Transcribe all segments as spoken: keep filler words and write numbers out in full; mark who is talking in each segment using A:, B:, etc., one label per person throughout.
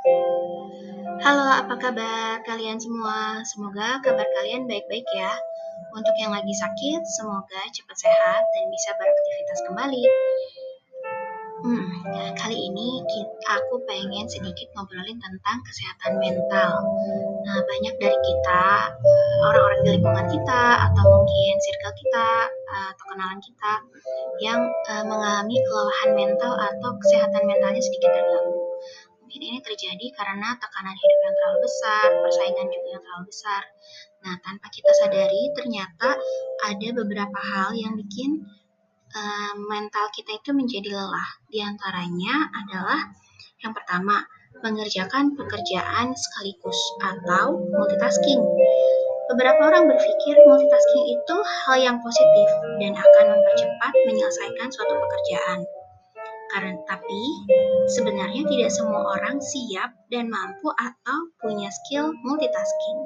A: Halo, apa kabar kalian semua? Semoga kabar kalian baik-baik ya. Untuk yang lagi sakit, semoga cepat sehat dan bisa beraktivitas kembali. Hmm, nah, kali ini aku pengen sedikit ngobrolin tentang kesehatan mental. Nah, banyak dari kita, orang-orang di lingkungan kita, atau mungkin circle kita, atau kenalan kita, yang uh, mengalami kelelahan mental atau kesehatan mentalnya sedikit terganggu. Mungkin ini terjadi karena tekanan hidup yang terlalu besar, persaingan juga yang terlalu besar. Nah, tanpa kita sadari, ternyata ada beberapa hal yang bikin uh, mental kita itu menjadi lelah. Di antaranya adalah yang pertama, mengerjakan pekerjaan sekaligus atau multitasking. Beberapa orang berpikir multitasking itu hal yang positif dan akan mempercepat menyelesaikan suatu pekerjaan. Karena tapi sebenarnya tidak semua orang siap dan mampu atau punya skill multitasking.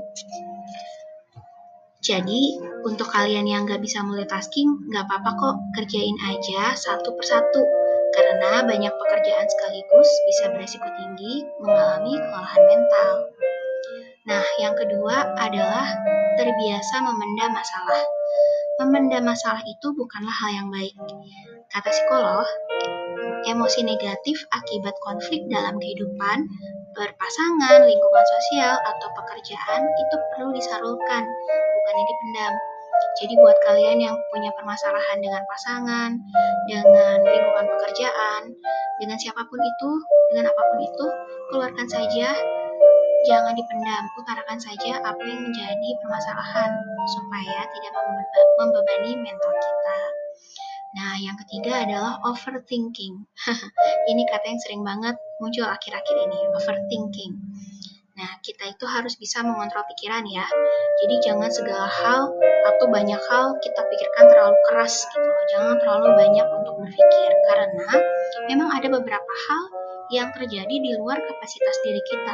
A: Jadi untuk kalian yang gak bisa multitasking, gak apa-apa kok, kerjain aja satu persatu. Karena banyak pekerjaan sekaligus bisa beresiko tinggi mengalami kelelahan mental. Nah, yang kedua adalah terbiasa memendam masalah. Memendam masalah itu bukanlah hal yang baik. Kata psikolog, emosi negatif akibat konflik dalam kehidupan, berpasangan, lingkungan sosial, atau pekerjaan itu perlu disalurkan, bukannya dipendam. Jadi buat kalian yang punya permasalahan dengan pasangan, dengan lingkungan pekerjaan, dengan siapapun itu, dengan apapun itu, keluarkan saja, jangan dipendam, utarakan saja apa yang menjadi permasalahan, supaya tidak membebani mental kita. Nah, yang ketiga adalah overthinking. Ini kata yang sering banget muncul akhir-akhir ini, overthinking. Nah, kita itu harus bisa mengontrol pikiran ya. Jadi jangan segala hal atau banyak hal kita pikirkan terlalu keras gitu loh. Jangan terlalu banyak untuk berpikir. Karena memang ada beberapa hal yang terjadi di luar kapasitas diri kita.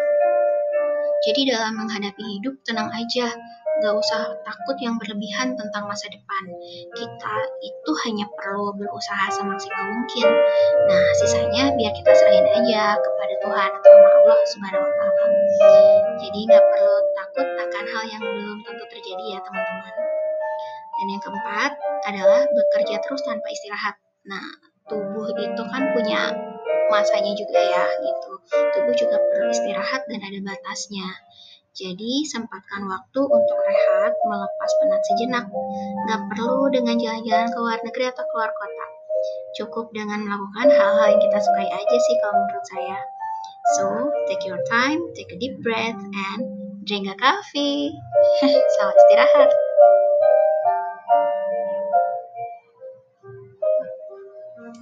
A: Jadi dalam menghadapi hidup, tenang aja. Gak usah takut yang berlebihan tentang masa depan. Kita itu hanya perlu berusaha semaksimal mungkin. Nah, sisanya biar kita serahin aja kepada Tuhan atau sama Allah Subhanahu wa Ta'ala. Jadi gak perlu takut akan hal yang belum tentu terjadi ya teman-teman. Dan yang keempat adalah bekerja terus tanpa istirahat. Nah, tubuh itu kan punya masanya juga ya gitu. Tubuh juga perlu istirahat dan ada batasnya. Jadi sempatkan waktu untuk rehat, melepas penat sejenak. Gak perlu dengan jalan-jalan ke luar negeri atau keluar kota. Cukup dengan melakukan hal-hal yang kita sukai aja sih kalau menurut saya. So, take your time, take a deep breath, and drink a coffee. Selamat istirahat.